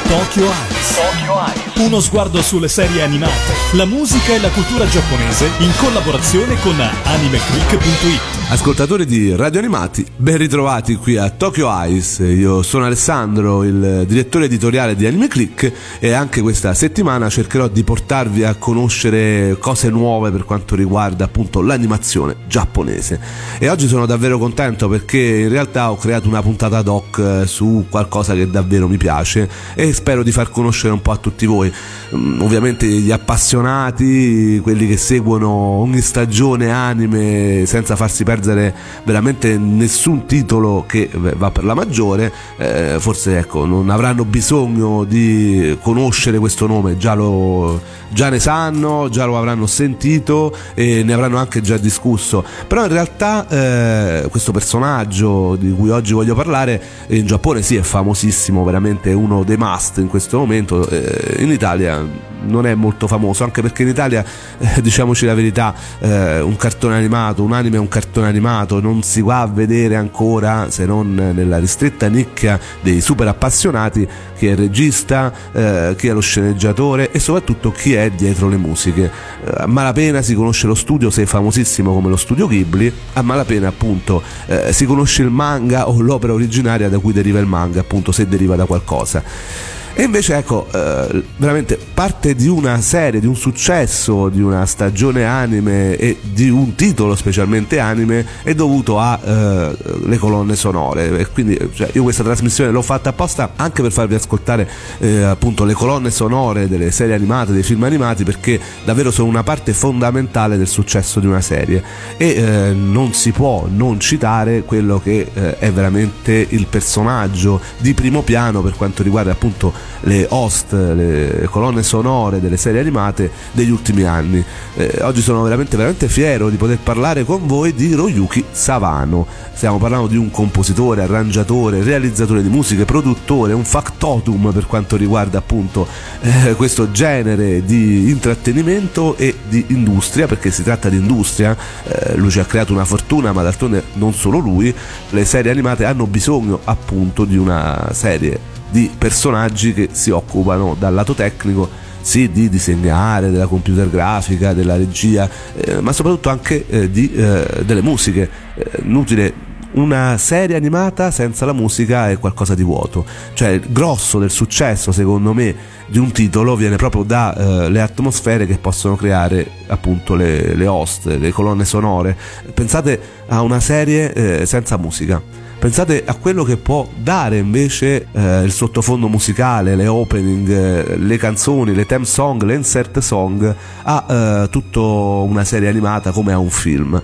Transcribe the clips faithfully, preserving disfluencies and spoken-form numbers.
Tokyo Eyes. Tokyo Eyes. Uno sguardo sulle serie animate, la musica e la cultura giapponese in collaborazione con anime click punto it. Ascoltatori di Radio Animati, ben ritrovati qui a Tokyo Eyes. Io sono Alessandro, il direttore editoriale di Anime Click, e anche questa settimana cercherò di portarvi a conoscere cose nuove per quanto riguarda appunto l'animazione giapponese. E oggi sono davvero contento perché in realtà ho creato una puntata ad hoc su qualcosa che davvero mi piace e spero di far conoscere un po' a tutti voi. Ovviamente gli appassionati, quelli che seguono ogni stagione anime senza farsi perdere veramente nessun titolo che va per la maggiore, eh, forse ecco non avranno bisogno di conoscere questo nome, già lo già ne sanno, già lo avranno sentito e ne avranno anche già discusso. Però in realtà eh, questo personaggio di cui oggi voglio parlare in Giappone sì è famosissimo, veramente uno dei must in questo momento. eh, in Italia non è molto famoso, anche perché in Italia eh, diciamoci la verità, eh, un cartone animato, un anime è un cartone animato, non si va a vedere ancora, se non nella ristretta nicchia dei super appassionati, chi è il regista, eh, chi è lo sceneggiatore e soprattutto chi è dietro le musiche. eh, a malapena si conosce lo studio, se è famosissimo come lo studio Ghibli, a malapena appunto eh, si conosce il manga o l'opera originaria da cui deriva il manga, appunto, se deriva da qualcosa. E invece ecco, eh, veramente parte di una serie, di un successo, di una stagione anime e di un titolo specialmente anime è dovuto alle eh, colonne sonore. E quindi cioè, io questa trasmissione l'ho fatta apposta anche per farvi ascoltare eh, appunto le colonne sonore delle serie animate, dei film animati, perché davvero sono una parte fondamentale del successo di una serie e eh, non si può non citare quello che eh, è veramente il personaggio di primo piano per quanto riguarda appunto le host, le colonne sonore delle serie animate degli ultimi anni. Eh, oggi sono veramente veramente fiero di poter parlare con voi di Hiroyuki Sawano. Stiamo parlando di un compositore, arrangiatore, realizzatore di musiche, produttore, un factotum per quanto riguarda appunto eh, questo genere di intrattenimento e di industria, perché si tratta di industria. Eh, lui ci ha creato una fortuna, ma d'altronde non solo lui. Le serie animate hanno bisogno appunto di una serie di personaggi che si occupano dal lato tecnico, sì, di disegnare, della computer grafica, della regia, eh, ma soprattutto anche eh, di, eh, delle musiche. Eh, inutile, una serie animata senza la musica è qualcosa di vuoto. Cioè il grosso del successo, secondo me, di un titolo viene proprio dalle eh, atmosfere che possono creare appunto le, le host, le colonne sonore. Pensate a una serie eh, senza musica. Pensate a quello che può dare invece eh, il sottofondo musicale, le opening, eh, le canzoni, le theme song, le insert song a eh, tutta una serie animata come a un film.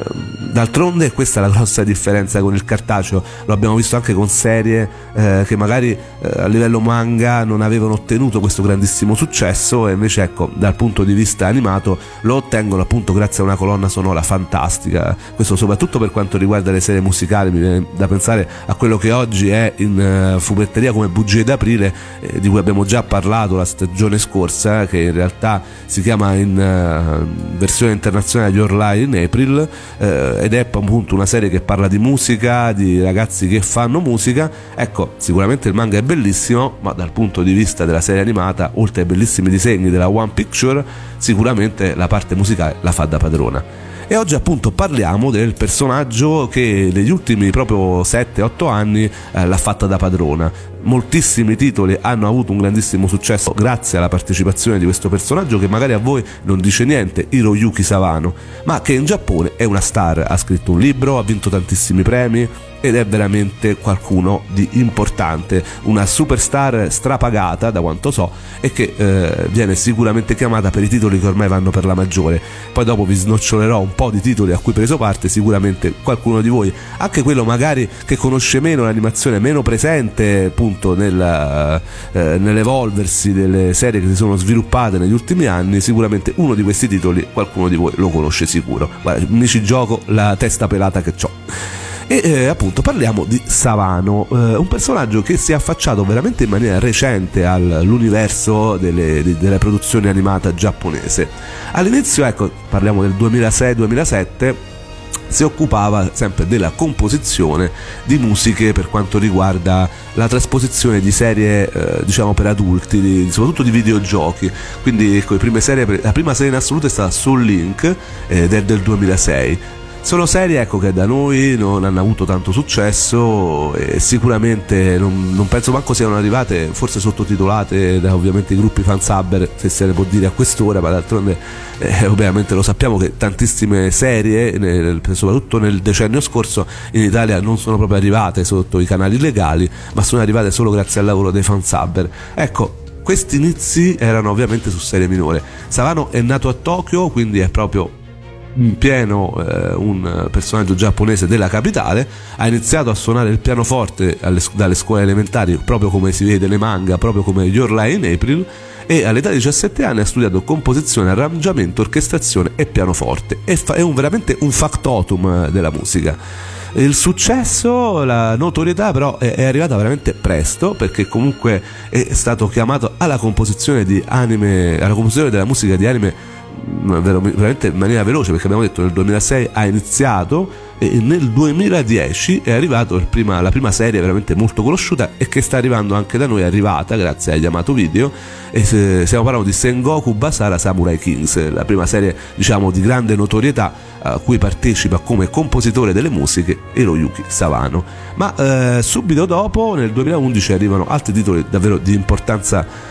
D'altronde questa è la grossa differenza con il cartaceo, lo abbiamo visto anche con serie eh, che magari eh, a livello manga non avevano ottenuto questo grandissimo successo e invece ecco dal punto di vista animato lo ottengono appunto grazie a una colonna sonora fantastica. Questo soprattutto per quanto riguarda le serie musicali. Mi viene da pensare a quello che oggi è in uh, fumetteria come Bugie d'aprile, eh, di cui abbiamo già parlato la stagione scorsa, che in realtà si chiama in uh, versione internazionale Your Lie in April, eh, ed è appunto una serie che parla di musica, di ragazzi che fanno musica. Ecco, sicuramente il manga è bellissimo, ma dal punto di vista della serie animata, oltre ai bellissimi disegni della One Picture, sicuramente la parte musicale la fa da padrona. E oggi appunto parliamo del personaggio che negli ultimi proprio sette otto anni eh, l'ha fatta da padrona. Moltissimi titoli hanno avuto un grandissimo successo grazie alla partecipazione di questo personaggio che magari a voi non dice niente, Hiroyuki Sawano, ma che in Giappone è una star. Ha scritto un libro, ha vinto tantissimi premi ed è veramente qualcuno di importante, una superstar strapagata da quanto so e che eh, viene sicuramente chiamata per i titoli che ormai vanno per la maggiore. Poi dopo vi snocciolerò un po' di titoli a cui ho preso parte, sicuramente qualcuno di voi, anche quello magari che conosce meno l'animazione, meno presente appunto nella, eh, nell'evolversi delle serie che si sono sviluppate negli ultimi anni, sicuramente uno di questi titoli qualcuno di voi lo conosce sicuro. Guarda, mi ci gioco la testa pelata che ho. E eh, appunto parliamo di Sawano, eh, un personaggio che si è affacciato veramente in maniera recente all'universo delle, delle produzioni animate giapponese. All'inizio, ecco, parliamo del duemilasei duemilasette, si occupava sempre della composizione di musiche per quanto riguarda la trasposizione di serie eh, diciamo per adulti, di, soprattutto di videogiochi. Quindi ecco, le prime serie, la prima serie in assoluto è stata Soul Link eh, ed è del duemilasei. Sono serie ecco che da noi non hanno avuto tanto successo e sicuramente non, non penso manco siano arrivate, forse sottotitolate da ovviamente i gruppi fansubber, se se ne può dire a quest'ora, ma d'altronde eh, ovviamente lo sappiamo che tantissime serie nel, soprattutto nel decennio scorso in Italia non sono proprio arrivate sotto i canali legali, ma sono arrivate solo grazie al lavoro dei fansubber. Ecco, questi inizi erano ovviamente su serie minore. Savano è nato a Tokyo, quindi è proprio in pieno eh, un personaggio giapponese della capitale. Ha iniziato a suonare il pianoforte alle, dalle scuole elementari, proprio come si vede nei manga, proprio come Your Lie in April, e all'età di diciassette anni ha studiato composizione, arrangiamento, orchestrazione e pianoforte. È, fa- è un, veramente un factotum della musica. Il successo, la notorietà però è, è arrivata veramente presto, perché comunque è stato chiamato alla composizione di anime, alla composizione della musica di anime veramente in maniera veloce, perché abbiamo detto nel duemilasei ha iniziato e nel duemiladieci è arrivato il prima, la prima serie veramente molto conosciuta e che sta arrivando anche da noi, è arrivata grazie a Yamato Video, e se, stiamo parlando di Sengoku Basara Samurai Kings, la prima serie diciamo di grande notorietà a cui partecipa come compositore delle musiche Hiroyuki Savano. Ma eh, subito dopo nel duemilaundici arrivano altri titoli davvero di importanza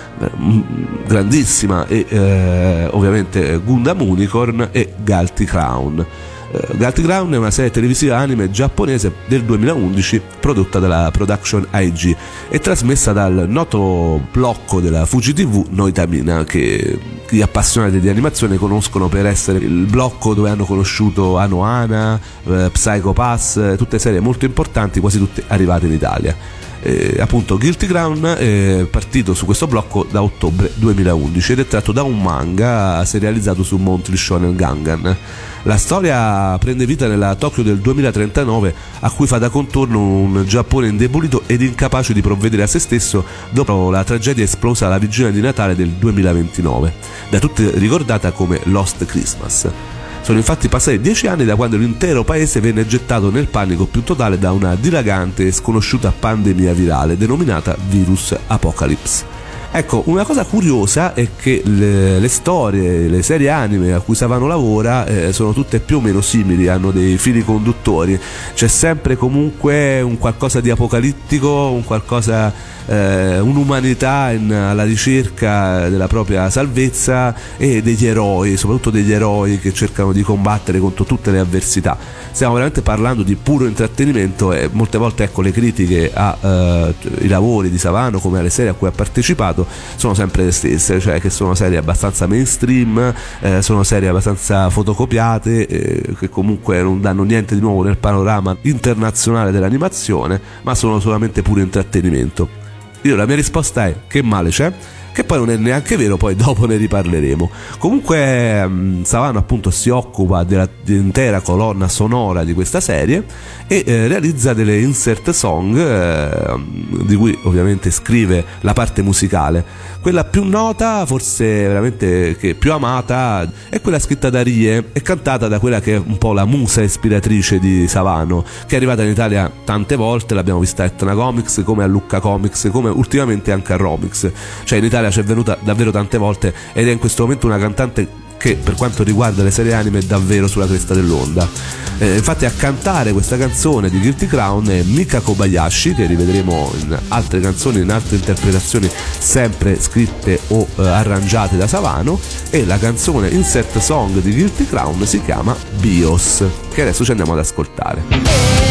grandissima e eh, ovviamente Gundam Unicorn e Galty Crown. Uh, Galty Crown è una serie televisiva anime giapponese del duemilaundici prodotta dalla Production I G e trasmessa dal noto blocco della Fuji T V Noitamina, che gli appassionati di animazione conoscono per essere il blocco dove hanno conosciuto Anohana, uh, Psycho Pass, tutte serie molto importanti, quasi tutte arrivate in Italia. Eh, appunto Guilty Crown è partito su questo blocco da ottobre duemilaundici ed è tratto da un manga serializzato su Monthly Shonen Gangan. La storia prende vita nella Tokyo del duemilatrentanove, a cui fa da contorno un Giappone indebolito ed incapace di provvedere a se stesso dopo la tragedia esplosa alla vigilia di Natale del duemilaventinove, da tutti ricordata come Lost Christmas. Sono infatti passati dieci anni da quando l'intero paese venne gettato nel panico più totale da una dilagante e sconosciuta pandemia virale denominata Virus Apocalypse. Ecco, una cosa curiosa è che le, le storie, le serie anime a cui Savano lavora eh, sono tutte più o meno simili, hanno dei fili conduttori, c'è sempre comunque un qualcosa di apocalittico, un qualcosa, eh, un'umanità in, alla ricerca della propria salvezza e degli eroi, soprattutto degli eroi che cercano di combattere contro tutte le avversità. Stiamo veramente parlando di puro intrattenimento e molte volte ecco le critiche ai eh, lavori di Savano come alle serie a cui ha partecipato sono sempre le stesse, cioè che sono serie abbastanza mainstream, eh, sono serie abbastanza fotocopiate, eh, che comunque non danno niente di nuovo nel panorama internazionale dell'animazione, ma sono solamente puro intrattenimento. Io la mia risposta è: che male c'è? Che poi non è neanche vero, poi dopo ne riparleremo. Comunque mh, Savano appunto si occupa della, dell'intera colonna sonora di questa serie e eh, realizza delle insert song eh, di cui ovviamente scrive la parte musicale. Quella più nota, forse veramente che più amata, è quella scritta da Rie e cantata da quella che è un po' la musa ispiratrice di Savano, che è arrivata in Italia tante volte, l'abbiamo vista a Etna Comics, come a Lucca Comics, come ultimamente anche a Romix. Cioè in Italia c'è venuta davvero tante volte ed è in questo momento una cantante che per quanto riguarda le serie anime è davvero sulla cresta dell'onda. Eh, infatti a cantare questa canzone di Guilty Crown è Mika Kobayashi, che rivedremo in altre canzoni, in altre interpretazioni sempre scritte o eh, arrangiate da Savano, e la canzone insert song di Guilty Crown si chiama Bios, che adesso ci andiamo ad ascoltare.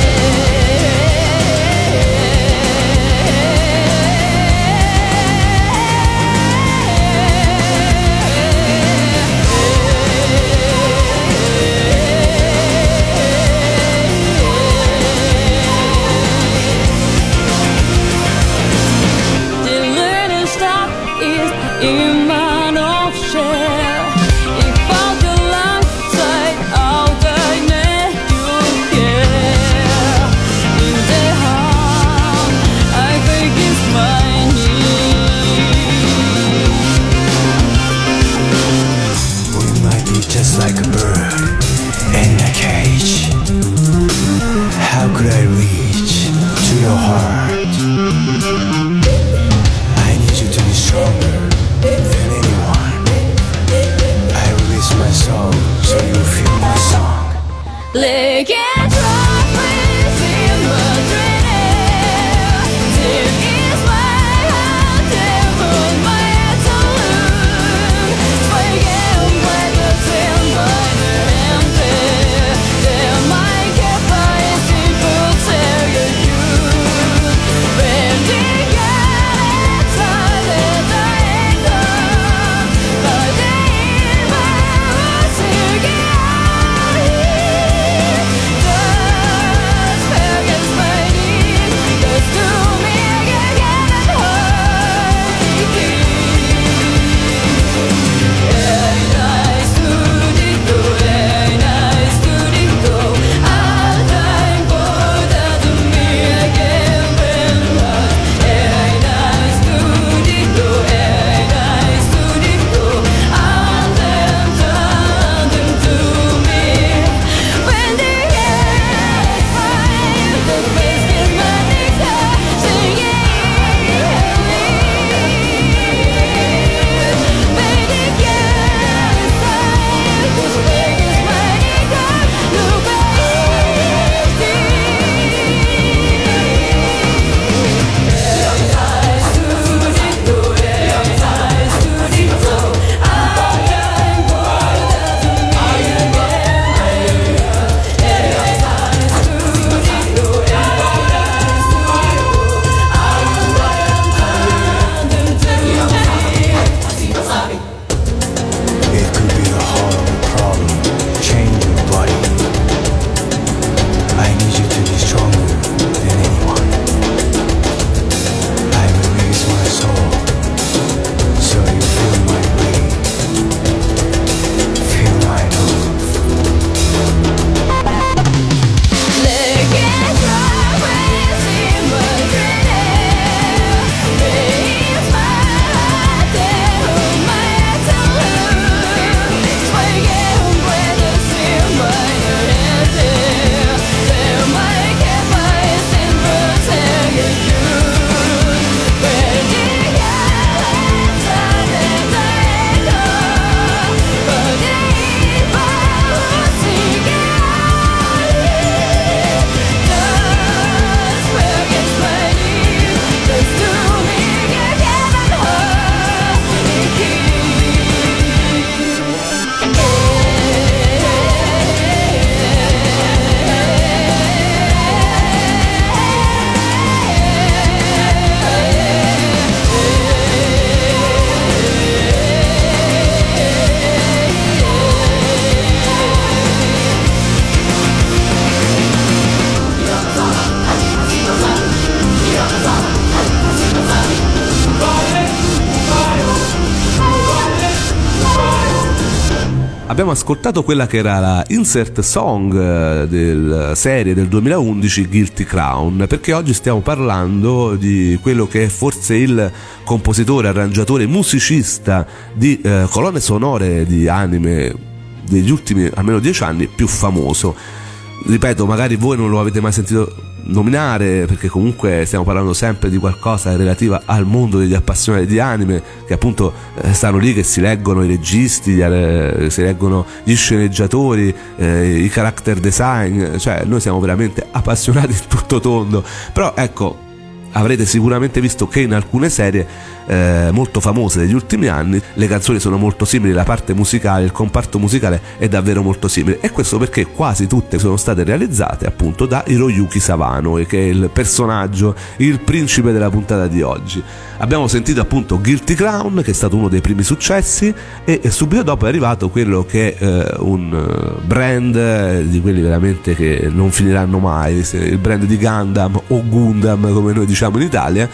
Just like a bird in a cage. abbiamo ascoltato quella che era la insert song della serie del duemilaundici Guilty Crown, perché oggi stiamo parlando di quello che è forse il compositore, arrangiatore, musicista di eh, colonne sonore di anime degli ultimi almeno dieci anni più famoso. Ripeto, magari voi non lo avete mai sentito nominare, perché comunque stiamo parlando sempre di qualcosa relativa al mondo degli appassionati di anime, che appunto eh, stanno lì, che si leggono i registi, gli, eh, si leggono gli sceneggiatori, eh, i character design, cioè noi siamo veramente appassionati in tutto tondo. Però ecco, avrete sicuramente visto che in alcune serie eh, molto famose degli ultimi anni le canzoni sono molto simili, la parte musicale, il comparto musicale è davvero molto simile, e questo perché quasi tutte sono state realizzate appunto da Hiroyuki Sawano, che è il personaggio, il principe della puntata di oggi. Abbiamo sentito appunto Guilty Crown, che è stato uno dei primi successi, e subito dopo è arrivato quello che è eh, un brand eh, di quelli veramente che non finiranno mai, il brand di Gundam o Gundam come noi diciamo in Italia,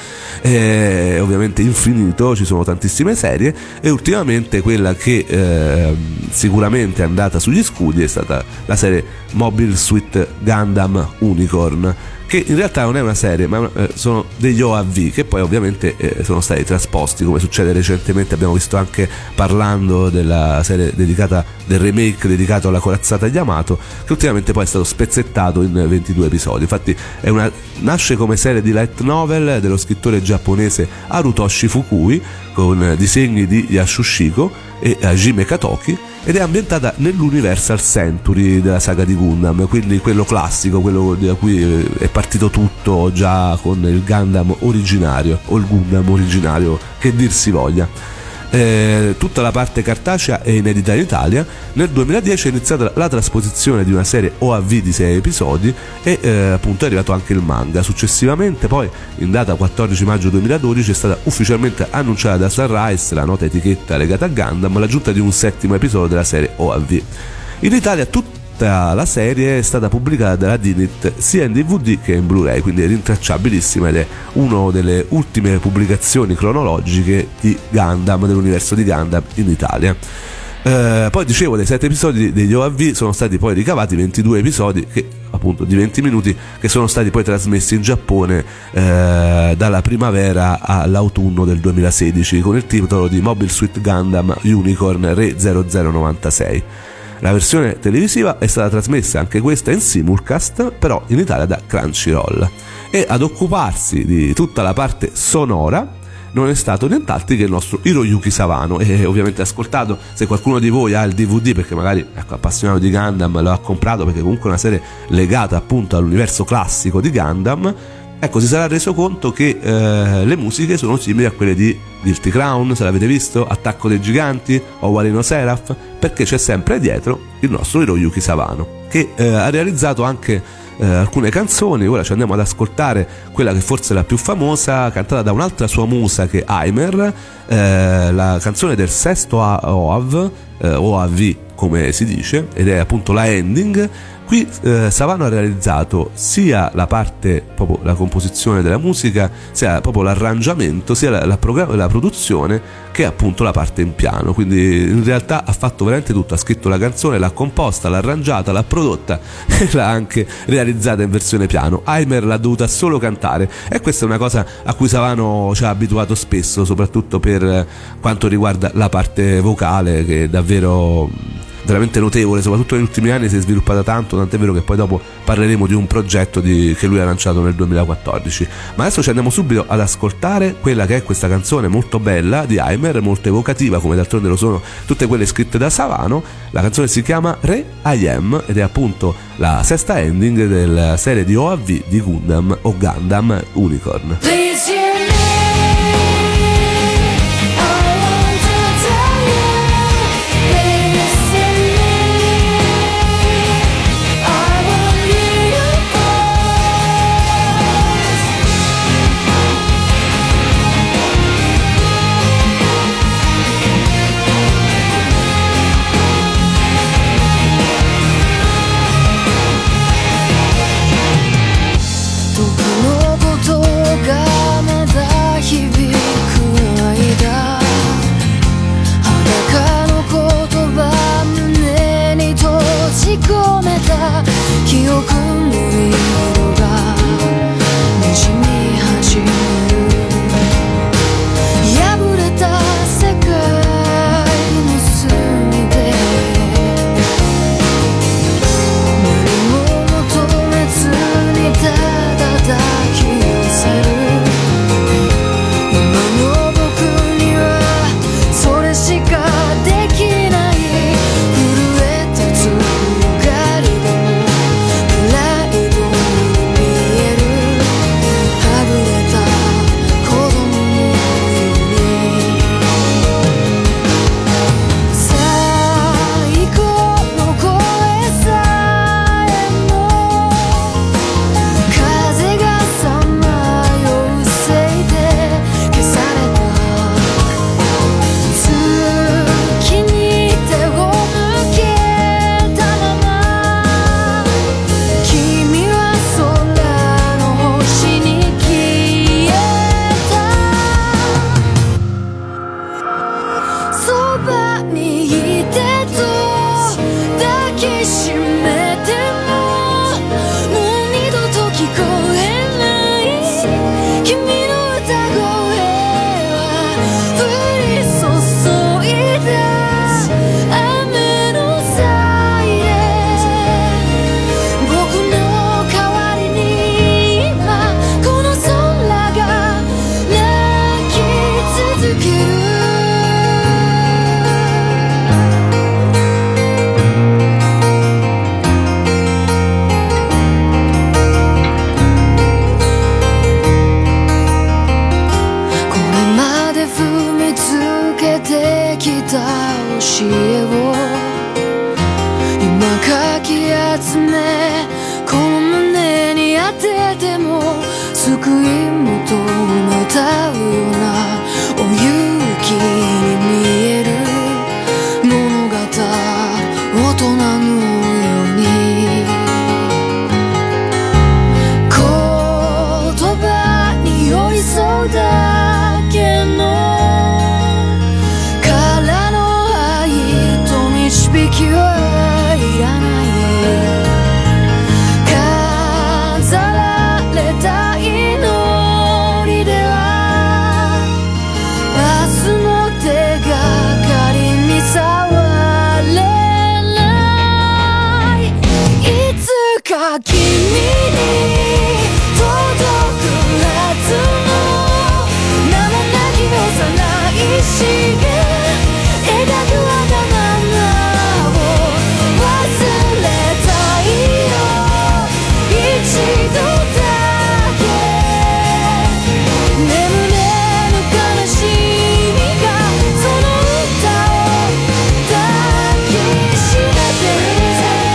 è ovviamente infinito, ci sono tantissime serie, e ultimamente quella che eh, sicuramente è andata sugli scudi è stata la serie Mobile Suit Gundam Unicorn, che in realtà non è una serie, ma eh, sono degli O A V che poi ovviamente eh, sono stati trasposti, come succede recentemente. Abbiamo visto anche, parlando della serie dedicata, del remake dedicato alla corazzata Yamato, che ultimamente poi è stato spezzettato in ventidue episodi. Infatti è una, nasce come serie di light novel dello scrittore giapponese Harutoshi Fukui, con disegni di Yasushiko e Hajime Katoki, ed è ambientata nell'Universal Century della saga di Gundam, quindi quello classico, quello da cui è partito tutto già con il Gundam originario, o il Gundam originario, che dir si voglia. Eh, tutta la parte cartacea è inedita in Italia. Nel duemiladieci è iniziata la trasposizione di una serie O A V di sei episodi, e eh, appunto è arrivato anche il manga. Successivamente poi, in data quattordici maggio duemiladodici, è stata ufficialmente annunciata da Sunrise, la nota etichetta legata a Gundam, l'aggiunta di un settimo episodio della serie O A V. In Italia tutta la serie è stata pubblicata dalla Dinit sia in D V D che in Blu-ray, quindi è rintracciabilissima ed è una delle ultime pubblicazioni cronologiche di Gundam, dell'universo di Gundam in Italia. Eh, poi dicevo, dei sette episodi degli O A V sono stati poi ricavati ventidue episodi che, appunto, di venti minuti, che sono stati poi trasmessi in Giappone eh, dalla primavera all'autunno del duemilasedici, con il titolo di Mobile Suit Gundam Unicorn Re zero zero novantasei. La versione televisiva è stata trasmessa anche questa in simulcast, però in Italia da Crunchyroll, e ad occuparsi di tutta la parte sonora non è stato nient'altro che il nostro Hiroyuki Sawano. E ovviamente ascoltato, se qualcuno di voi ha il D V D, perché magari, ecco, appassionato di Gundam, lo ha comprato perché comunque è una serie legata appunto all'universo classico di Gundam, ecco, si sarà reso conto che eh, le musiche sono simili a quelle di Guilty Crown, se l'avete visto, Attacco dei Giganti o Warino Seraph, perché c'è sempre dietro il nostro Hiroyuki Sawano, che eh, ha realizzato anche eh, alcune canzoni. Ora ci andiamo ad ascoltare quella che forse è la più famosa, cantata da un'altra sua musa che è Aimer, eh, la canzone del sesto O A V, eh, O A V come si dice, ed è appunto la ending. Qui eh, Sawano ha realizzato sia la parte, proprio la composizione della musica, sia proprio l'arrangiamento, sia la, la, program- la produzione, che appunto la parte in piano. Quindi in realtà ha fatto veramente tutto, ha scritto la canzone, l'ha composta, l'ha arrangiata, l'ha prodotta e l'ha anche realizzata in versione piano. Aimer l'ha dovuta solo cantare, e questa è una cosa a cui Sawano ci ha abituato spesso, soprattutto per quanto riguarda la parte vocale, che è davvero veramente notevole, soprattutto negli ultimi anni si è sviluppata tanto, tant'è vero che poi dopo parleremo di un progetto di, che lui ha lanciato nel duemilaquattordici. Ma adesso ci andiamo subito ad ascoltare quella che è questa canzone molto bella di Aimer, molto evocativa, come d'altronde lo sono tutte quelle scritte da Sawano. La canzone si chiama Re I Am ed è appunto la sesta ending della serie di O A V di Gundam o Gundam Unicorn. Thank you. えを今かき集めこの胸に当てても救い求めたうようなお勇気に見える物語大人のように言葉に寄り添うだけのからの愛と導きはいらない飾られた祈りでは明日の手がかりに触れないいつか君に届くはずの名もなき幼い詩が描くわがままを忘れたいよ一度だけ眠れぬ悲しみがその歌を抱きしめてる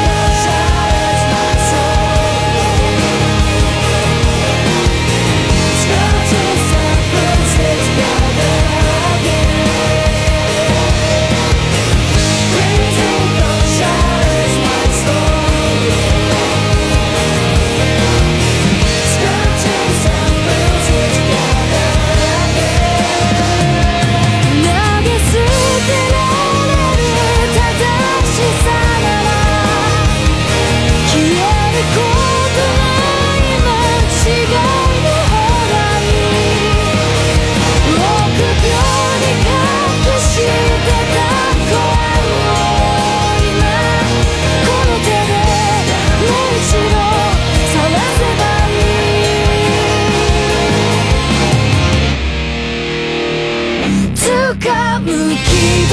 掴む希望の咲く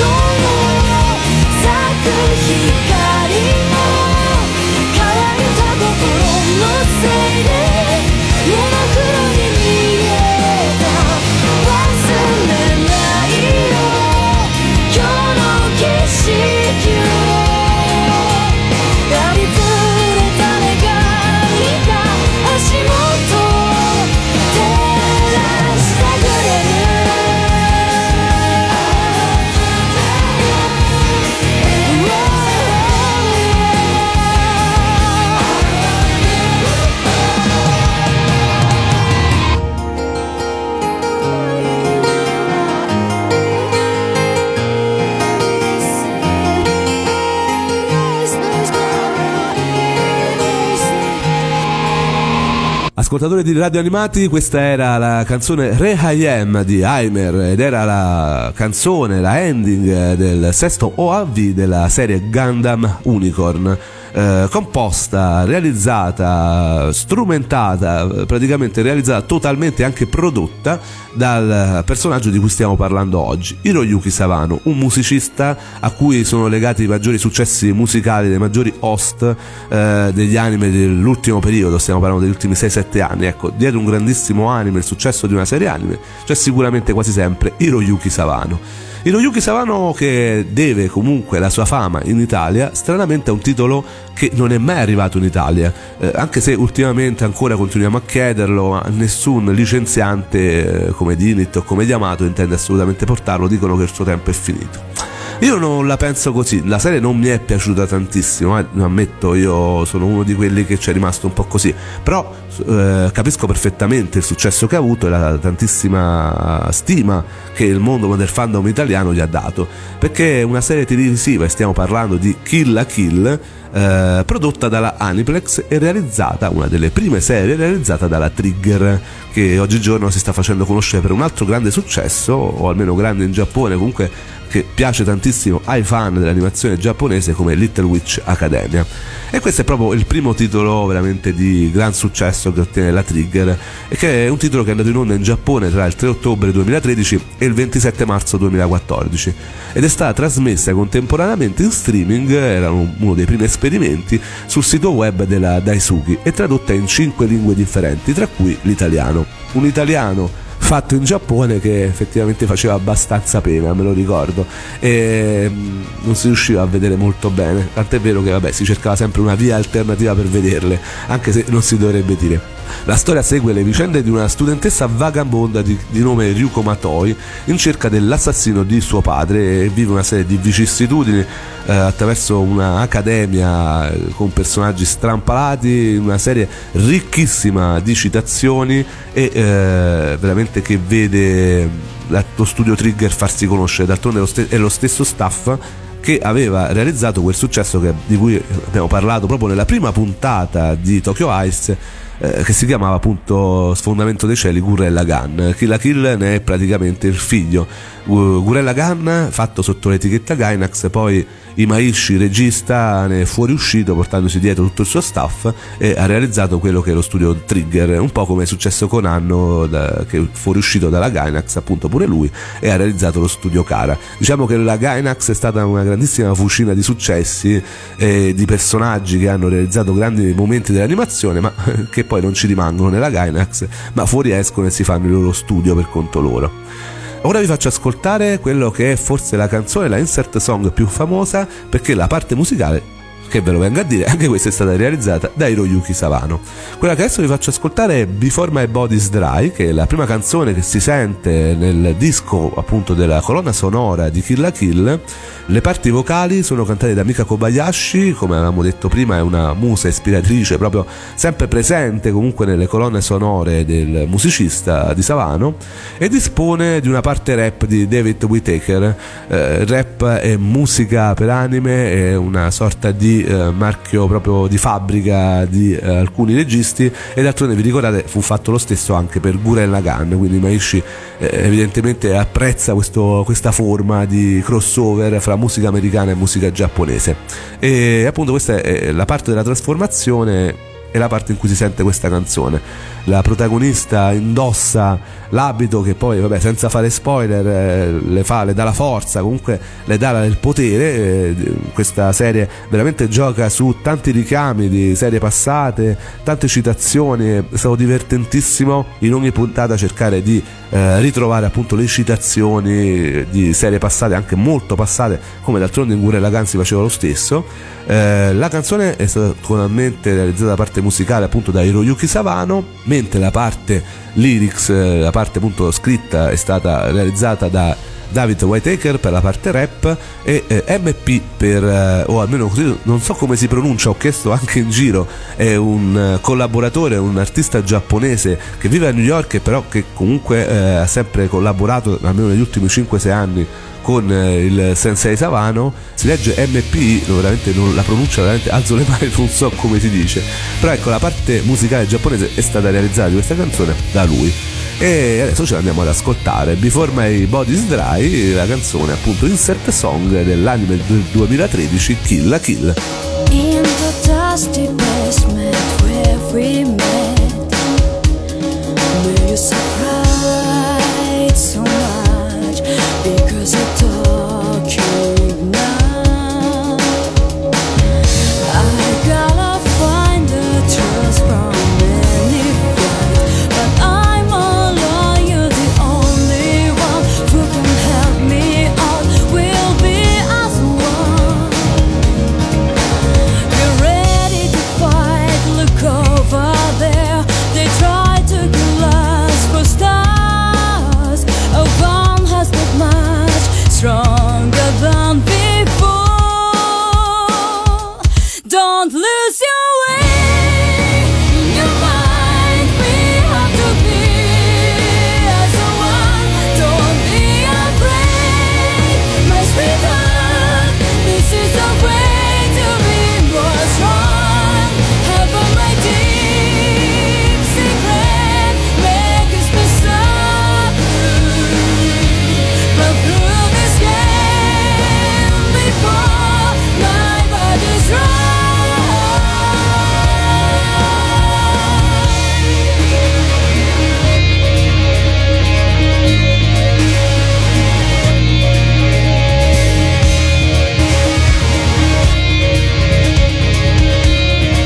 光も乾いた心のせいでモノクロに見えた忘れないよ今日の景色をありふれた願いが足元を照らしてくれる Ascoltatori di Radio Animati, questa era la canzone Requiem di Aimer ed era la canzone, la ending del sesto O A V della serie Gundam Unicorn, eh, composta, realizzata, strumentata, praticamente realizzata totalmente, anche prodotta dal personaggio di cui stiamo parlando oggi, Hiroyuki Sawano, un musicista a cui sono legati i maggiori successi musicali, dei maggiori host eh, degli anime dell'ultimo periodo, stiamo parlando degli ultimi sei sette anni. Ecco, dietro un grandissimo anime, il successo di una serie anime, c'è sicuramente quasi sempre Hiroyuki Sawano. Hiroyuki Sawano che deve comunque la sua fama in Italia stranamente a un titolo che non è mai arrivato in Italia, eh, anche se ultimamente ancora continuiamo a chiederlo, ma nessun licenziante eh, come Dinit o come Yamato intende assolutamente portarlo, dicono che il suo tempo è finito. Io non la penso così, la serie non mi è piaciuta tantissimo, eh, ammetto, io sono uno di quelli che ci è rimasto un po' così, però eh, capisco perfettamente il successo che ha avuto e la tantissima stima che il mondo del fandom italiano gli ha dato, perché è una serie televisiva, e stiamo parlando di Kill la Kill, eh, prodotta dalla Aniplex e realizzata, una delle prime serie realizzata dalla Trigger, che oggigiorno si sta facendo conoscere per un altro grande successo, o almeno grande in Giappone, comunque che piace tantissimo ai fan dell'animazione giapponese, come Little Witch Academia. E questo è proprio il primo titolo veramente di gran successo che ottiene la Trigger, e che è un titolo che è andato in onda in Giappone tra il tre ottobre duemilatredici e il ventisette marzo duemilaquattordici ed è stata trasmessa contemporaneamente in streaming, era uno dei primi esperimenti, sul sito web della Daisuki e tradotta in cinque lingue differenti, tra cui l'italiano. Un italiano fatto in Giappone che effettivamente faceva abbastanza pena, me lo ricordo, e non si riusciva a vedere molto bene, tant'è vero che vabbè si cercava sempre una via alternativa per vederle, anche se non si dovrebbe dire. La storia segue le vicende di una studentessa vagabonda di, di nome Ryuko Matoi in cerca dell'assassino di suo padre e vive una serie di vicissitudini eh, attraverso una accademia con personaggi strampalati, una serie ricchissima di citazioni e eh, veramente che vede lo studio Trigger farsi conoscere. D'altronde è lo, st- è lo stesso staff che aveva realizzato quel successo che, di cui abbiamo parlato proprio nella prima puntata di Tokyo Ice, eh, che si chiamava appunto Sfondamento dei cieli, Gurren Lagann. Kill la Kill ne è praticamente il figlio. Gurren Lagann, fatto sotto l'etichetta Gainax, poi Imaishi, regista, ne è fuoriuscito portandosi dietro tutto il suo staff e ha realizzato quello che è lo studio Trigger, un po' come è successo con Anno, da, che è fuoriuscito dalla Gainax appunto pure lui, e ha realizzato lo studio Kara. Diciamo che la Gainax è stata una grandissima fucina di successi e di personaggi che hanno realizzato grandi momenti dell'animazione, ma che poi non ci rimangono nella Gainax, ma fuoriescono e si fanno il loro studio per conto loro. Ora vi faccio ascoltare quello che è forse la canzone, la insert song più famosa, perché la parte musicale, che ve lo venga a dire, anche questa è stata realizzata da Hiroyuki Sawano. Quella che adesso vi faccio ascoltare è Before My Body's Dry, che è la prima canzone che si sente nel disco appunto della colonna sonora di Kill la Kill. Le parti vocali sono cantate da Mika Kobayashi, come avevamo detto prima è una musa ispiratrice proprio sempre presente comunque nelle colonne sonore del musicista di Sawano, e dispone di una parte rap di David Whittaker. Eh, rap è musica per anime, è una sorta di Eh, marchio proprio di fabbrica di eh, alcuni registi, e d'altronde vi ricordate fu fatto lo stesso anche per Gurren Lagann, quindi Maishi eh, evidentemente apprezza questo, questa forma di crossover fra musica americana e musica giapponese. E appunto questa è la parte della trasformazione, è la parte in cui si sente questa canzone. La protagonista indossa l'abito che poi, vabbè, senza fare spoiler, eh, le fa, le dà la forza, comunque le dà il potere. Eh, questa serie veramente gioca su tanti richiami di serie passate, tante citazioni, è stato divertentissimo in ogni puntata cercare di eh, ritrovare appunto le citazioni di serie passate, anche molto passate, come d'altronde in Gurren Lagann si faceva lo stesso. Eh, la canzone è stata totalmente realizzata, la parte musicale appunto da Hiroyuki Sawano, mentre la parte lyrics, la parte appunto scritta, è stata realizzata da David Whittaker per la parte rap e eh, M P per, eh, o almeno così non so come si pronuncia, ho chiesto anche in giro, è un uh, collaboratore, un artista giapponese che vive a New York e però che comunque eh, ha sempre collaborato almeno negli ultimi cinque sei anni con eh, il sensei Sawano. Si legge M P, no, veramente non, la pronuncia veramente alzo le mani, non so come si dice, però ecco, la parte musicale giapponese è stata realizzata di questa canzone da lui. E adesso ce l'andiamo ad ascoltare, Before My Body's Dry, la canzone appunto insert song dell'anime del duemilatredici Kill la Kill. In the dusty basement where we met, were you surprised so much because I talk you now? I gotta find the truth from anybody, but I'm alone, you're the only one who can help me out, we'll be as one. We're ready to fight, look over there, they try to kill us for stars. A one has got much stronger than before. Don't lose your way in your mind, we have to be as one. Don't be afraid, my sweetheart, this is the way to be more strong. Have my deep secret, make us be but through this game before my body's right.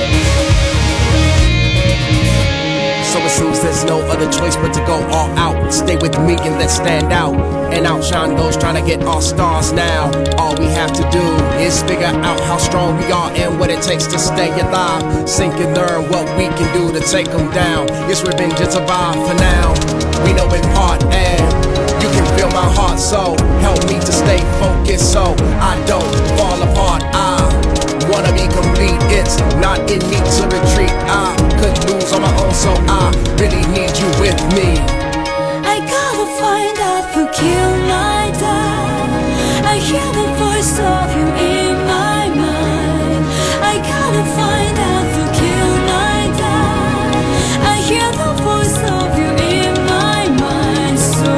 So it seems there's no other choice but to go all out. Stay with me and let's stand out and outshine those trying to get our stars now. All we have to do is figure out how strong we are and what it takes to stay alive. Sink and learn what we can do to take them down. Yes, revenge is a vibe for now. We know in part and you can feel my heart, so help me to stay focused so I don't fall apart. I wanna be complete, it's not in me to retreat. I could lose on my own, so I really need you with me. I gotta find out who killed my dad. I hear the voice of you in my mind. I gotta find out who killed my dad. I hear the voice of you in my mind. So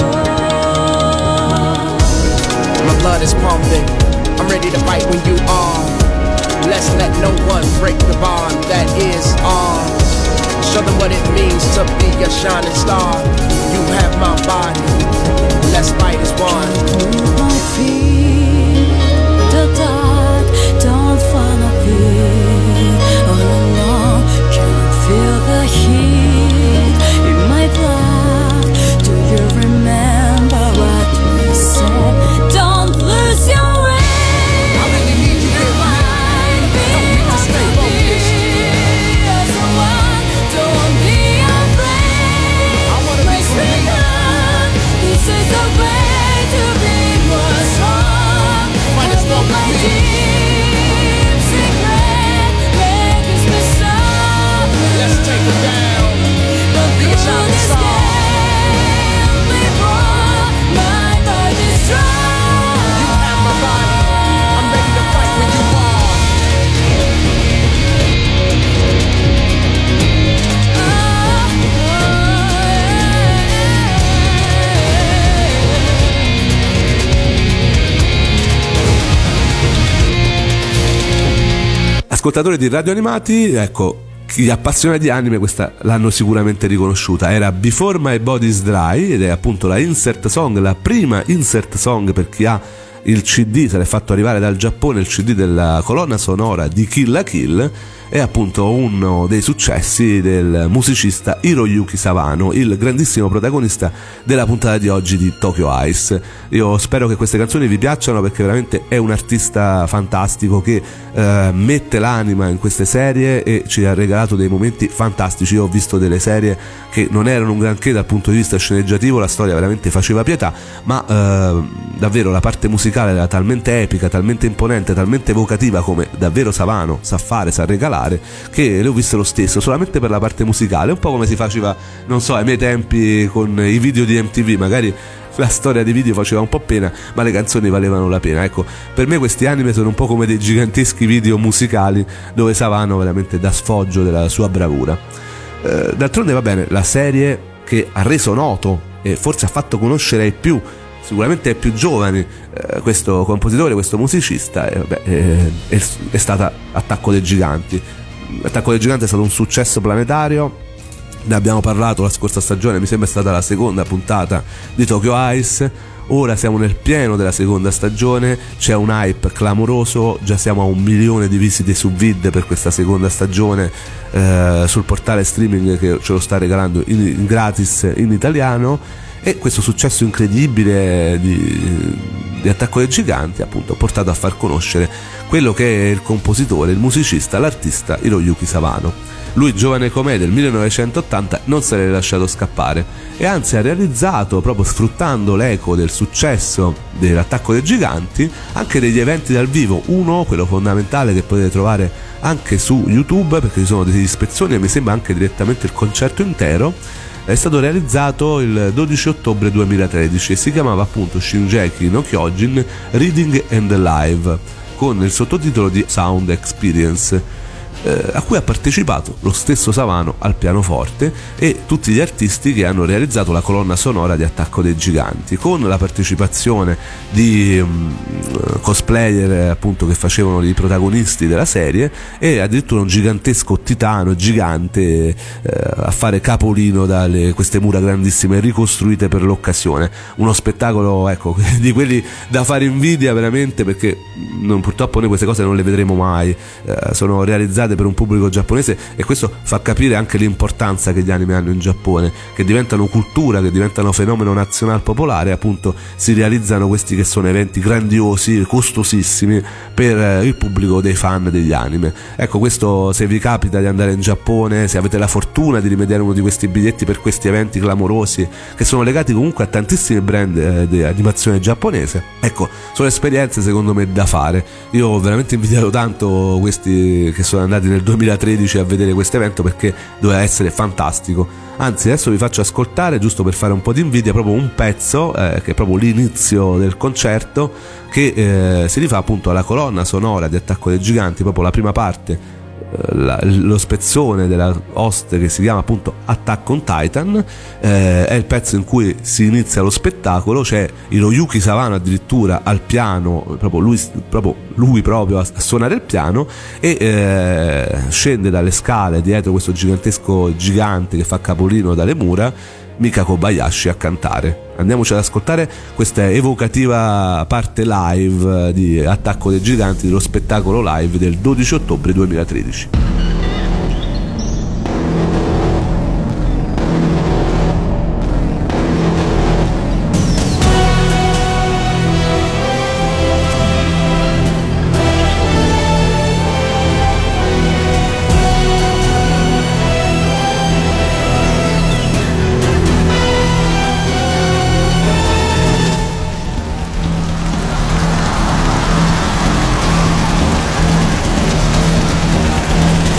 my blood is pumping, I'm ready to fight when you are. Let's let no one break the bond that is ours. Show them what it means to be a shining star. You have my body, let's fight as one. Move my feet, the dark, don't wanna be all alone. Can't feel the heat in my blood. Do you remember what you said? Don't lose your way. I really need you here, man. Help me to stay focused. As one, don't be afraid. I wanna be free. This is the way to be more strong. Fight as long My as we deep secret makes me stop. Let's take it down. But Be a through shining this star. game before my body is strong. You have my body, I'm ready to fight when you are. Ascoltatori di Radio Animati, ecco, gli appassionati di anime questa l'hanno sicuramente riconosciuta. Era Before My Body's Dry ed è appunto la insert song, la prima insert song per chi ha il C D, se l'è fatto arrivare dal Giappone il C D della colonna sonora di Kill la Kill. È appunto uno dei successi del musicista Hiroyuki Sawano, il grandissimo protagonista della puntata di oggi di Tokyo Ice. Io spero che queste canzoni vi piacciono perché veramente è un artista fantastico che eh, mette l'anima in queste serie e ci ha regalato dei momenti fantastici. Io ho visto delle serie che non erano un granché dal punto di vista sceneggiativo, la storia veramente faceva pietà, ma eh, davvero la parte musicale era talmente epica, talmente imponente, talmente evocativa, come davvero Sawano sa fare, sa regalare, che le ho viste lo stesso solamente per la parte musicale, un po' come si faceva, non so, ai miei tempi con i video di M T V. Magari la storia dei video faceva un po' pena, ma le canzoni valevano la pena. Ecco, per me questi anime sono un po' come dei giganteschi video musicali dove Sawano veramente dà sfoggio della sua bravura. Eh, d'altronde va bene, la serie che ha reso noto e forse ha fatto conoscere ai più, sicuramente ai più giovani, eh, questo compositore, questo musicista, eh, beh, eh, è, è stata Attacco dei Giganti. Attacco dei Giganti è stato un successo planetario, ne abbiamo parlato la scorsa stagione, mi sembra è stata la seconda puntata di Tokyo Ice. Ora siamo nel pieno della seconda stagione, c'è un hype clamoroso, già siamo a un milione di visite su Vid per questa seconda stagione eh, sul portale streaming che ce lo sta regalando in, in gratis in italiano. E questo successo incredibile di, di Attacco dei Giganti appunto ha portato a far conoscere quello che è il compositore, il musicista, l'artista Hiroyuki Sawano. Lui, giovane com'è, del millenovecentottanta, non se l'è lasciato scappare e anzi ha realizzato, proprio sfruttando l'eco del successo dell'Attacco dei Giganti, anche degli eventi dal vivo. Uno, quello fondamentale, che potete trovare anche su YouTube perché ci sono degli spezzoni e mi sembra anche direttamente il concerto intero, è stato realizzato il dodici ottobre duemilatredici e si chiamava appunto Shingeki no Kyojin Reading and Live, con il sottotitolo di Sound Experience, eh, a cui ha partecipato lo stesso Sawano al pianoforte e tutti gli artisti che hanno realizzato la colonna sonora di Attacco dei Giganti, con la partecipazione di um, cosplayer appunto che facevano i protagonisti della serie e addirittura un gigantesco titano gigante eh, a fare capolino dalle queste mura grandissime ricostruite per l'occasione. Uno spettacolo, ecco, di quelli da fare invidia veramente, perché non, purtroppo noi queste cose non le vedremo mai. Eh, sono realizzate grande per un pubblico giapponese, e questo fa capire anche l'importanza che gli anime hanno in Giappone, che diventano cultura, che diventano fenomeno nazionale popolare. Appunto si realizzano questi che sono eventi grandiosi, costosissimi per il pubblico dei fan degli anime. Ecco, questo, se vi capita di andare in Giappone, se avete la fortuna di rimediare uno di questi biglietti per questi eventi clamorosi che sono legati comunque a tantissimi brand eh, di animazione giapponese, ecco, sono esperienze secondo me da fare. Io ho veramente invidiato tanto questi che sono andati nel duemilatredici a vedere questo evento, perché doveva essere fantastico. Anzi, adesso vi faccio ascoltare, giusto per fare un po' di invidia, proprio un pezzo eh, che è proprio l'inizio del concerto, che eh, si rifà appunto alla colonna sonora di Attacco dei Giganti, proprio la prima parte, La, lo spezzone della host che si chiama appunto Attack on Titan. Eh, è il pezzo in cui si inizia lo spettacolo. C'è Hiroyuki Sawano addirittura al piano, proprio lui proprio, lui proprio a, a suonare il piano, e eh, scende dalle scale dietro questo gigantesco gigante che fa capolino dalle mura, Mika Kobayashi, a cantare. Andiamoci ad ascoltare questa evocativa parte live di Attacco dei Giganti, dello spettacolo live del dodici ottobre duemilatredici. 「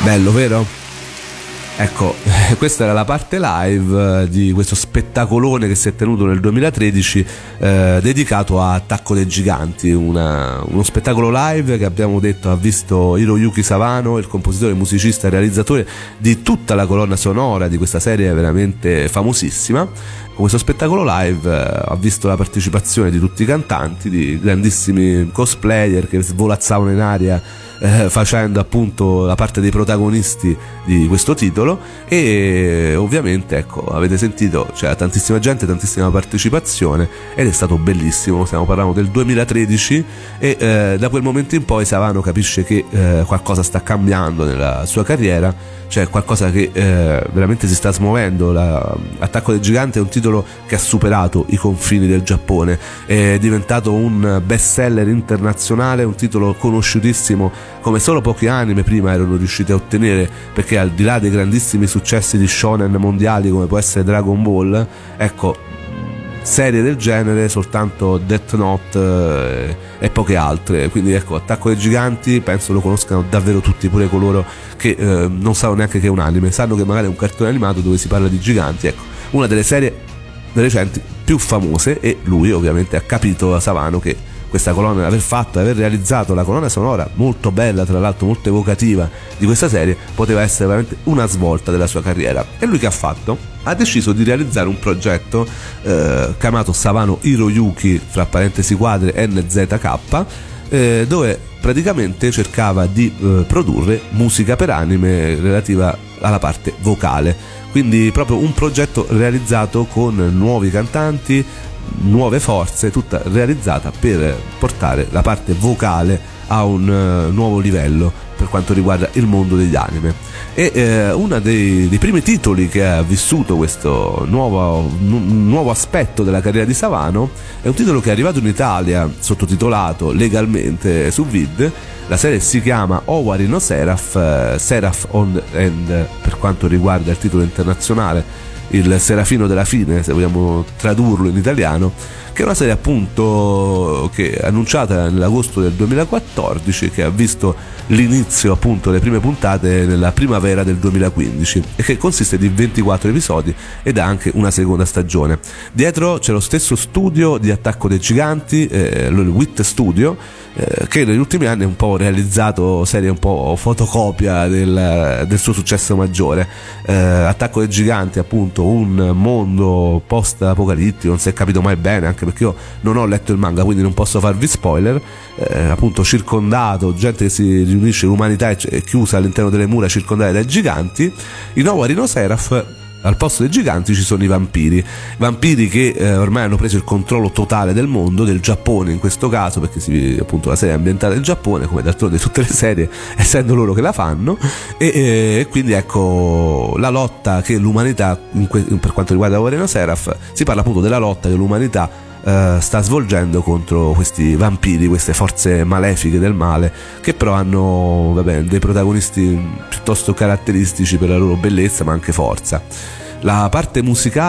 Bello, vero? Ecco, questa era la parte live di questo spettacolone che si è tenuto nel duemilatredici eh, dedicato a Attacco dei Giganti, una, uno spettacolo live che abbiamo detto ha visto Hiroyuki Sawano, il compositore, musicista e realizzatore di tutta la colonna sonora di questa serie veramente famosissima. Con questo spettacolo live eh, ha visto la partecipazione di tutti i cantanti, di grandissimi cosplayer che svolazzavano in aria Eh, facendo appunto la parte dei protagonisti di questo titolo, e ovviamente ecco, avete sentito, c'era tantissima gente, tantissima partecipazione ed è stato bellissimo. Stiamo parlando del duemilatredici e eh, da quel momento in poi Sawano capisce che eh, qualcosa sta cambiando nella sua carriera, cioè qualcosa che eh, veramente si sta smuovendo. La, Attacco dei Giganti è un titolo che ha superato i confini del Giappone, è diventato un best seller internazionale, un titolo conosciutissimo come solo pochi anime prima erano riusciti a ottenere, perché al di là dei grandissimi successi di shonen mondiali come può essere Dragon Ball, ecco, serie del genere soltanto Death Note eh, e poche altre. Quindi ecco, Attacco dei Giganti penso lo conoscano davvero tutti, pure coloro che eh, non sanno neanche che è un anime, sanno che magari è un cartone animato dove si parla di giganti. Ecco, una delle serie recenti più famose, e lui ovviamente ha capito, a Sawano, che questa colonna, aver fatto, aver realizzato la colonna sonora molto bella, tra l'altro molto evocativa di questa serie, poteva essere veramente una svolta della sua carriera. E lui che ha fatto? Ha deciso di realizzare un progetto eh, chiamato Sawano Hiroyuki, fra parentesi quadre N Z K, eh, dove praticamente cercava di eh, produrre musica per anime relativa alla parte vocale. Quindi proprio un progetto realizzato con nuovi cantanti, nuove forze, tutta realizzata per portare la parte vocale a un uh, nuovo livello per quanto riguarda il mondo degli anime. E eh, uno dei, dei primi titoli che ha vissuto questo nuovo, n- nuovo aspetto della carriera di Sawano è un titolo che è arrivato in Italia sottotitolato legalmente su Vid. La serie si chiama Owari no Seraph, uh, Seraph on and per quanto riguarda il titolo internazionale il Serafino della Fine, se vogliamo tradurlo in italiano, che è una serie appunto che è annunciata nell'agosto del duemilaquattordici, che ha visto l'inizio appunto le prime puntate nella primavera del duemilaquindici e che consiste di ventiquattro episodi ed ha anche una seconda stagione. Dietro c'è lo stesso studio di Attacco dei Giganti, eh, il Wit Studio, eh, che negli ultimi anni ha un po' realizzato serie un po' fotocopia del, del suo successo maggiore. eh, Attacco dei Giganti appunto un mondo post apocalittico, non si è capito mai bene, anche perché io non ho letto il manga quindi non posso farvi spoiler, eh, appunto circondato, gente che si riunisce, l'umanità è chiusa all'interno delle mura circondate dai giganti. In Owari no Seraph al posto dei giganti ci sono i vampiri, vampiri che eh, ormai hanno preso il controllo totale del mondo, del Giappone in questo caso, perché si, appunto la serie è ambientata in Giappone, come d'altronde tutte le serie, essendo loro che la fanno, e, e quindi ecco la lotta che l'umanità, in que- per quanto riguarda Owari no Seraph, si parla appunto della lotta che l'umanità Uh, sta svolgendo contro questi vampiri, queste forze malefiche del male, che però hanno vabbè, dei protagonisti piuttosto caratteristici per la loro bellezza ma anche forza. La parte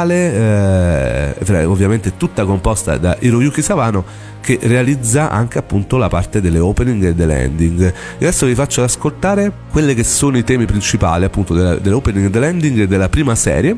musicale eh, è ovviamente tutta composta da Hiroyuki Sawano, che realizza anche appunto la parte delle opening e delle ending. E adesso vi faccio ascoltare quelle che sono i temi principali appunto della, delle opening e dell'ending della prima serie.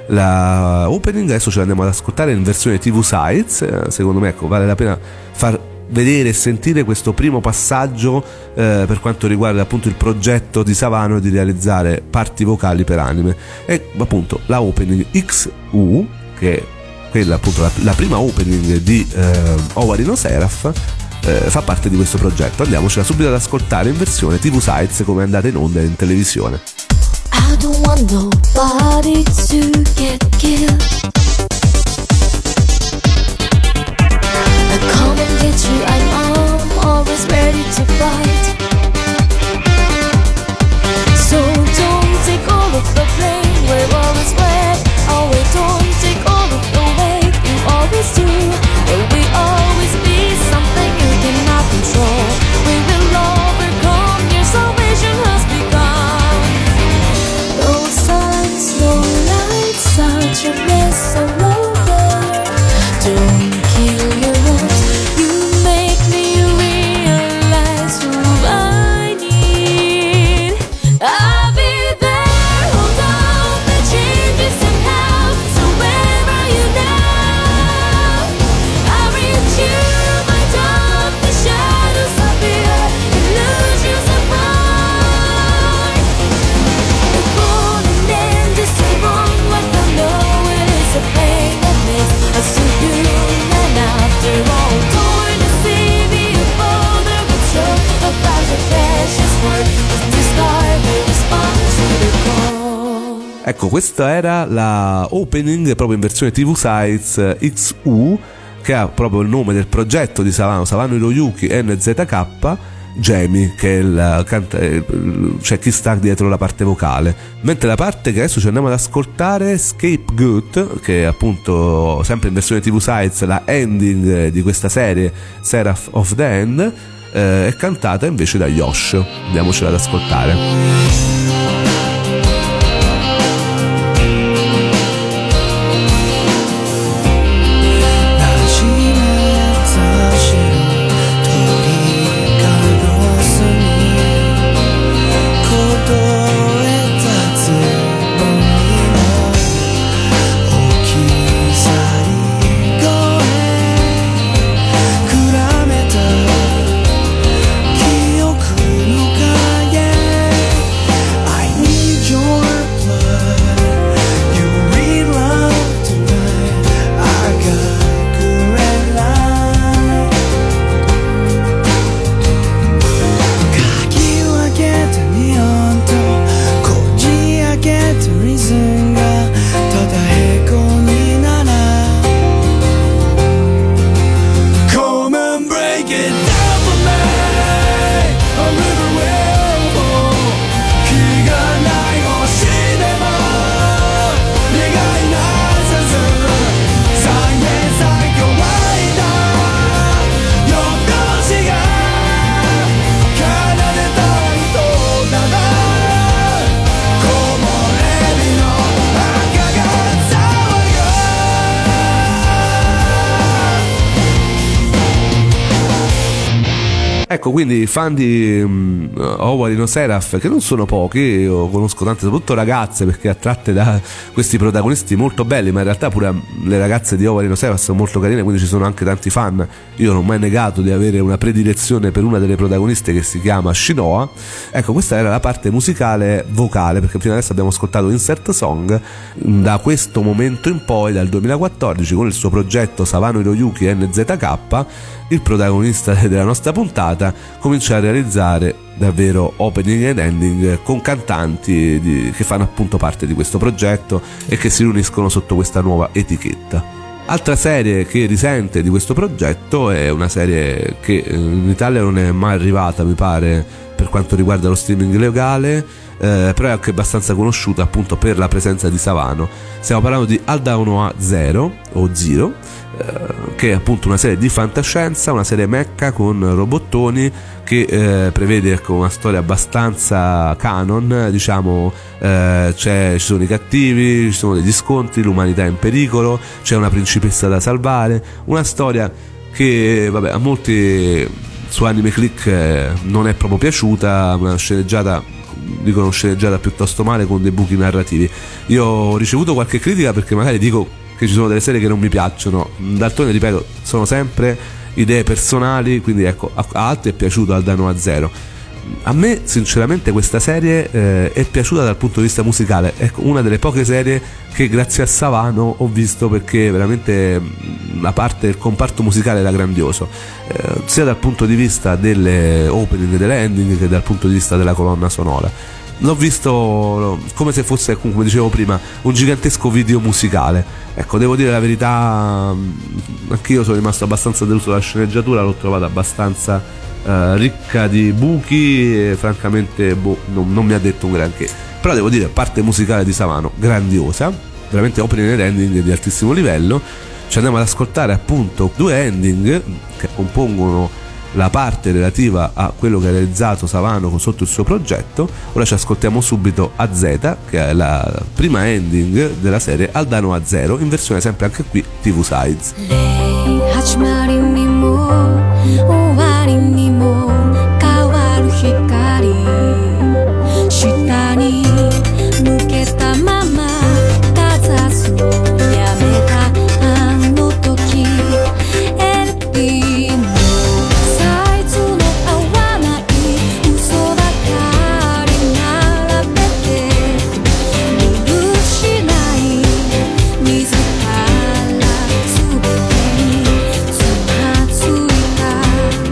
La opening adesso ce l'andiamo ad ascoltare in versione T V Sites, secondo me ecco vale la pena far vedere e sentire questo primo passaggio eh, per quanto riguarda appunto il progetto di Sawano di realizzare parti vocali per anime. E appunto la opening X U, che è quella appunto la, la prima opening di eh, Owari no Seraph, eh, fa parte di questo progetto. Andiamocela subito ad ascoltare in versione T V Sites, come è andata in onda in televisione. I don't want nobody to get killed. I come and get you, I'm always ready to fight. So don't take all of the blame, we're always wet. Oh, wait, don't take all of the weight, you always do. Will we always be something you cannot control? We will overcome, your salvation has begun. No signs, no lights, such a mess all over. Don't kill your ones, you make me realize who Ecco, questa era la opening proprio in versione T V Sides X U, che ha proprio il nome del progetto di Savano, Savano Hiroyuki N Z K Jamie, che è il canta- cioè chi sta dietro la parte vocale. Mentre la parte che adesso ci andiamo ad ascoltare, Scapegoat, che è appunto sempre in versione T V Sides la ending di questa serie, Seraph of the End, eh, è cantata invece da Yosh. Andiamocela ad ascoltare. Ecco, quindi fan di um, Owari no Seraph, che non sono pochi, io conosco tante, soprattutto ragazze, perché attratte da questi protagonisti molto belli, ma in realtà pure le ragazze di Owari no Seraph sono molto carine, quindi ci sono anche tanti fan. Io non ho mai negato di avere una predilezione per una delle protagoniste, che si chiama Shinoa. Ecco, questa era la parte musicale vocale, perché fino adesso abbiamo ascoltato Insert Song. Da questo momento in poi, dal duemilaquattordici, con il suo progetto Savano Hiroyuki N Z K, il protagonista della nostra puntata comincia a realizzare davvero opening ed ending con cantanti di, che fanno appunto parte di questo progetto e che si riuniscono sotto questa nuova etichetta. Altra serie che risente di questo progetto è una serie che in Italia non è mai arrivata, mi pare, per quanto riguarda lo streaming legale, eh, però è anche abbastanza conosciuta appunto per la presenza di Savano. Stiamo parlando di Aldanoa Zero o Zero, che è appunto una serie di fantascienza, una serie mecca con robottoni che eh, prevede, ecco, una storia abbastanza canon, diciamo. eh, c'è, ci sono i cattivi, ci sono degli scontri, l'umanità è in pericolo, c'è una principessa da salvare, una storia che vabbè a molti su Anime Click eh, non è proprio piaciuta, una sceneggiata, dicono sceneggiata piuttosto male, con dei buchi narrativi. Io ho ricevuto qualche critica perché magari dico che ci sono delle serie che non mi piacciono. D'altronde, ripeto, sono sempre idee personali, quindi ecco, a, a altri è piaciuto Aldanoa Zero. A me sinceramente questa serie eh, è piaciuta dal punto di vista musicale, ecco, una delle poche serie che grazie a Savano ho visto, perché veramente la parte del comparto musicale era grandioso, eh, sia dal punto di vista delle opening e delle ending che dal punto di vista della colonna sonora. L'ho visto come se fosse, come dicevo prima, un gigantesco video musicale. Ecco, devo dire la verità, anch'io sono rimasto abbastanza deluso dalla sceneggiatura, l'ho trovata abbastanza eh, ricca di buchi e francamente boh, non, non mi ha detto un granché. Però devo dire, parte musicale di Savano grandiosa, veramente opening ed ending di altissimo livello. Ci andiamo ad ascoltare appunto due ending che compongono la parte relativa a quello che ha realizzato Savano sotto il suo progetto. Ora ci ascoltiamo subito A Z, che è la prima ending della serie Aldanoa Zero, in versione sempre anche qui T V Sides. Thank you.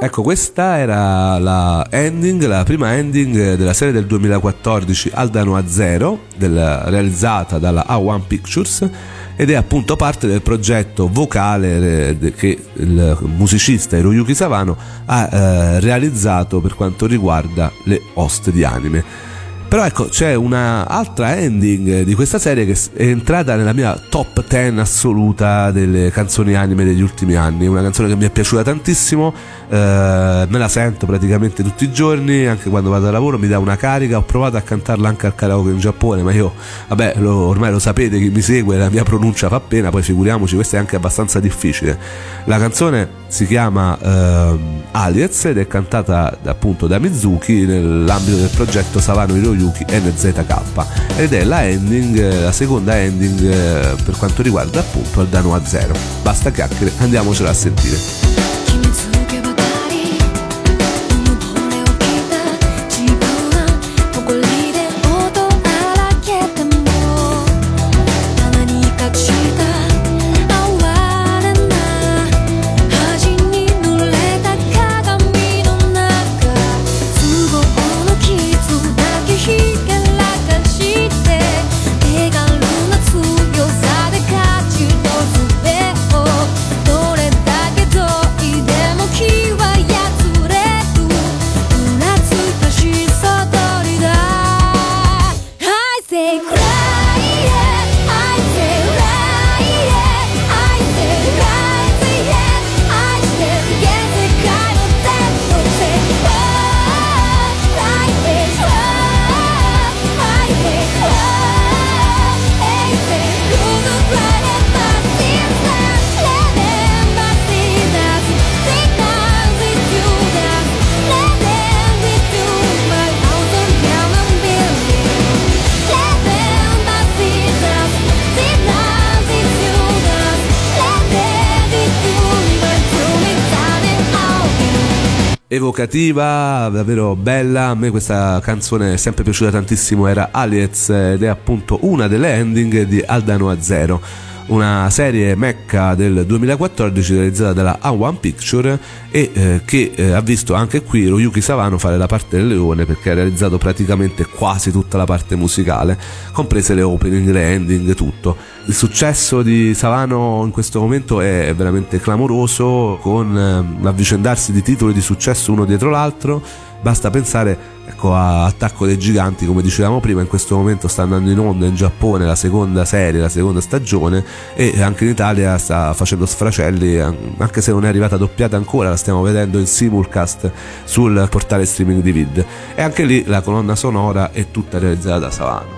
Ecco, questa era la ending, la prima ending della serie del duemilaquattordici Aldano a Zero, del, realizzata dalla A uno Pictures, ed è appunto parte del progetto vocale che il musicista Hiroyuki Sawano ha eh, realizzato per quanto riguarda le host di anime. Però ecco, c'è una altra ending di questa serie che è entrata nella mia top dieci assoluta delle canzoni anime degli ultimi anni. Una canzone che mi è piaciuta tantissimo, eh, me la sento praticamente tutti i giorni, anche quando vado a lavoro mi dà una carica. Ho provato a cantarla anche al karaoke in Giappone, ma io, vabbè, lo, ormai lo sapete, chi mi segue, la mia pronuncia fa pena, poi figuriamoci, questa è anche abbastanza difficile. La canzone si chiama eh, Aliens ed è cantata appunto da Mizuki nell'ambito del progetto Sawano Hiroyuki N Z K, ed è la ending, la seconda ending eh, per quanto riguarda appunto Aldano a Zero. Basta chiacchiere, andiamocela a sentire. 'evocativa, davvero bella. A me questa canzone è sempre piaciuta tantissimo, era Aliens ed è appunto una delle ending di Aldano a Zero, una serie mecca del duemilaquattordici realizzata dalla A uno Picture e eh, che eh, ha visto anche qui Hiroyuki Sawano fare la parte del leone, perché ha realizzato praticamente quasi tutta la parte musicale, comprese le opening, le ending, tutto. Il successo di Sawano in questo momento è veramente clamoroso, con eh, l'avvicendarsi di titoli di successo uno dietro l'altro. Basta pensare, ecco, a Attacco dei Giganti, come dicevamo prima. In questo momento sta andando in onda in Giappone la seconda serie, la seconda stagione, e anche in Italia sta facendo sfracelli, anche se non è arrivata doppiata ancora, la stiamo vedendo in simulcast sul portale streaming di Vid, e anche lì la colonna sonora è tutta realizzata da Sawano.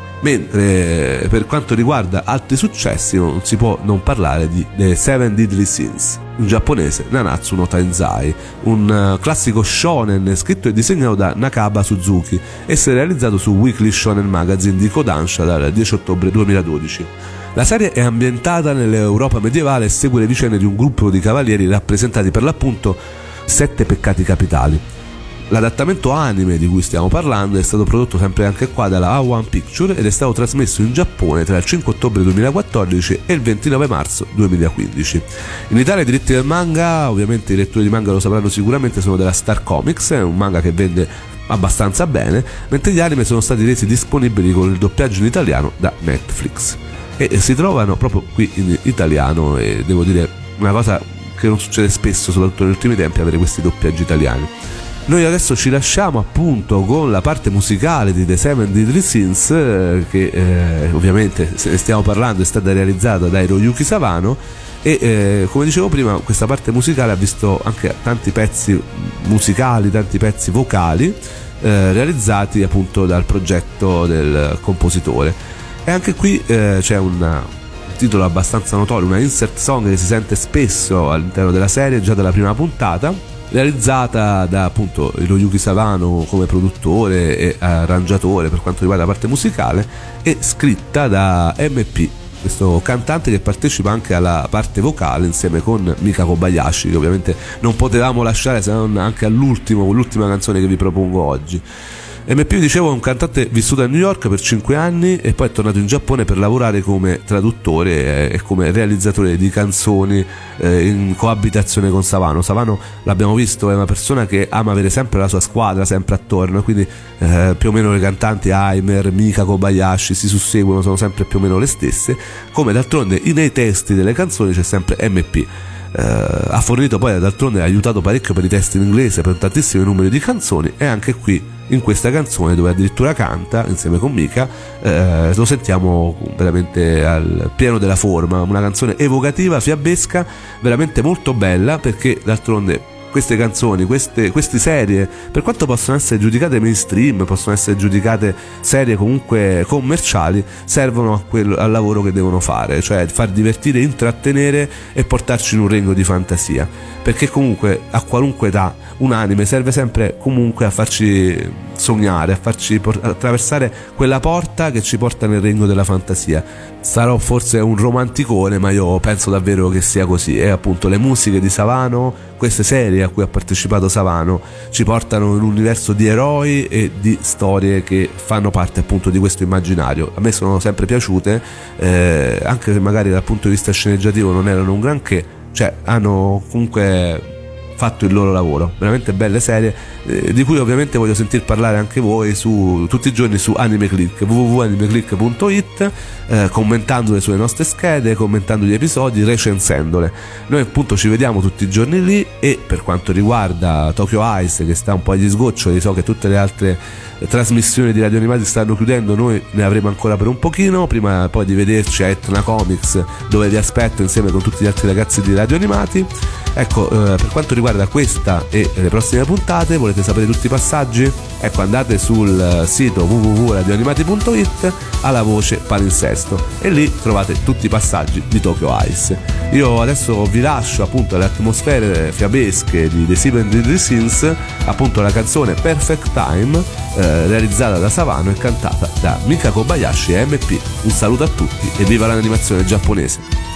Mentre per quanto riguarda altri successi non si può non parlare di The Seven Deadly Sins, in giapponese Nanatsu no Taizai, un classico shonen scritto e disegnato da Nakaba Suzuki e si è realizzato su Weekly Shonen Magazine di Kodansha dal dieci ottobre duemiladodici. La serie è ambientata nell'Europa medievale e segue le vicende di un gruppo di cavalieri rappresentati per l'appunto sette peccati capitali. L'adattamento anime di cui stiamo parlando è stato prodotto sempre anche qua dalla A uno Picture ed è stato trasmesso in Giappone tra il cinque ottobre duemilaquattordici e il ventinove marzo duemilaquindici. In Italia i diritti del manga, ovviamente i lettori di manga lo sapranno sicuramente, sono della Star Comics, è un manga che vende abbastanza bene, mentre gli anime sono stati resi disponibili con il doppiaggio in italiano da Netflix e si trovano proprio qui in italiano, e devo dire una cosa che non succede spesso, soprattutto negli ultimi tempi, avere questi doppiaggi italiani. Noi adesso ci lasciamo appunto con la parte musicale di The Seven Deadly Sins, eh, che eh, ovviamente, se ne stiamo parlando, è stata realizzata da Hiroyuki Sawano e eh, come dicevo prima, questa parte musicale ha visto anche tanti pezzi musicali, tanti pezzi vocali eh, realizzati appunto dal progetto del compositore. E anche qui eh, c'è un titolo abbastanza notorio, una insert song che si sente spesso all'interno della serie già dalla prima puntata, realizzata da appunto Hiroyuki Sawano come produttore e arrangiatore per quanto riguarda la parte musicale, e scritta da M P, questo cantante che partecipa anche alla parte vocale insieme con Mika Kobayashi, che ovviamente non potevamo lasciare se non anche all'ultimo, con l'ultima canzone che vi propongo oggi. M P, dicevo, è un cantante vissuto a New York per cinque anni e poi è tornato in Giappone per lavorare come traduttore e come realizzatore di canzoni eh, in coabitazione con Savano. Savano, l'abbiamo visto, è una persona che ama avere sempre la sua squadra sempre attorno, quindi eh, più o meno le cantanti Aimer, Mika Kobayashi si susseguono, sono sempre più o meno le stesse, come d'altronde nei testi delle canzoni c'è sempre M P. Uh, ha fornito poi, d'altronde ha aiutato parecchio per i testi in inglese per tantissimi numeri di canzoni, e anche qui in questa canzone, dove addirittura canta insieme con Mika, uh, lo sentiamo veramente al pieno della forma, una canzone evocativa, fiabesca, veramente molto bella, perché d'altronde queste canzoni, queste, queste serie, per quanto possono essere giudicate mainstream, possono essere giudicate serie comunque commerciali, servono a quel, al lavoro che devono fare, cioè far divertire, intrattenere e portarci in un regno di fantasia, perché comunque a qualunque età un anime serve sempre comunque a farci sognare, a farci port- attraversare quella porta che ci porta nel regno della fantasia. Sarò forse un romanticone, ma io penso davvero che sia così, e appunto le musiche di Savano, queste serie a cui ha partecipato Savano, ci portano in un universo di eroi e di storie che fanno parte appunto di questo immaginario. A me sono sempre piaciute, eh, anche se magari dal punto di vista sceneggiativo non erano un granché, cioè hanno comunque fatto il loro lavoro. Veramente belle serie, eh, di cui ovviamente voglio sentir parlare anche voi su, tutti i giorni su Anime Click, w w w punto anime click punto i t, eh, commentandole sulle nostre schede, commentando gli episodi, recensendole. Noi appunto ci vediamo tutti i giorni lì, e per quanto riguarda Tokyo Ice, che sta un po' agli sgoccioli, so che tutte le altre trasmissioni di Radio Animati stanno chiudendo, noi ne avremo ancora per un pochino, prima poi di vederci a Etna Comics, dove vi aspetto insieme con tutti gli altri ragazzi di Radio Animati. Ecco, eh, per quanto riguarda questa e le prossime puntate, volete sapere tutti i passaggi? Ecco, andate sul sito w w w punto radio animati punto i t alla voce palinsesto, e lì trovate tutti i passaggi di Tokyo Ice. Io adesso vi lascio appunto alle atmosfere fiabesche di The Seven Deadly Sins, appunto la canzone Perfect Time, eh, realizzata da Savano e cantata da Mika Kobayashi e M P. Un saluto a tutti e viva l'animazione giapponese!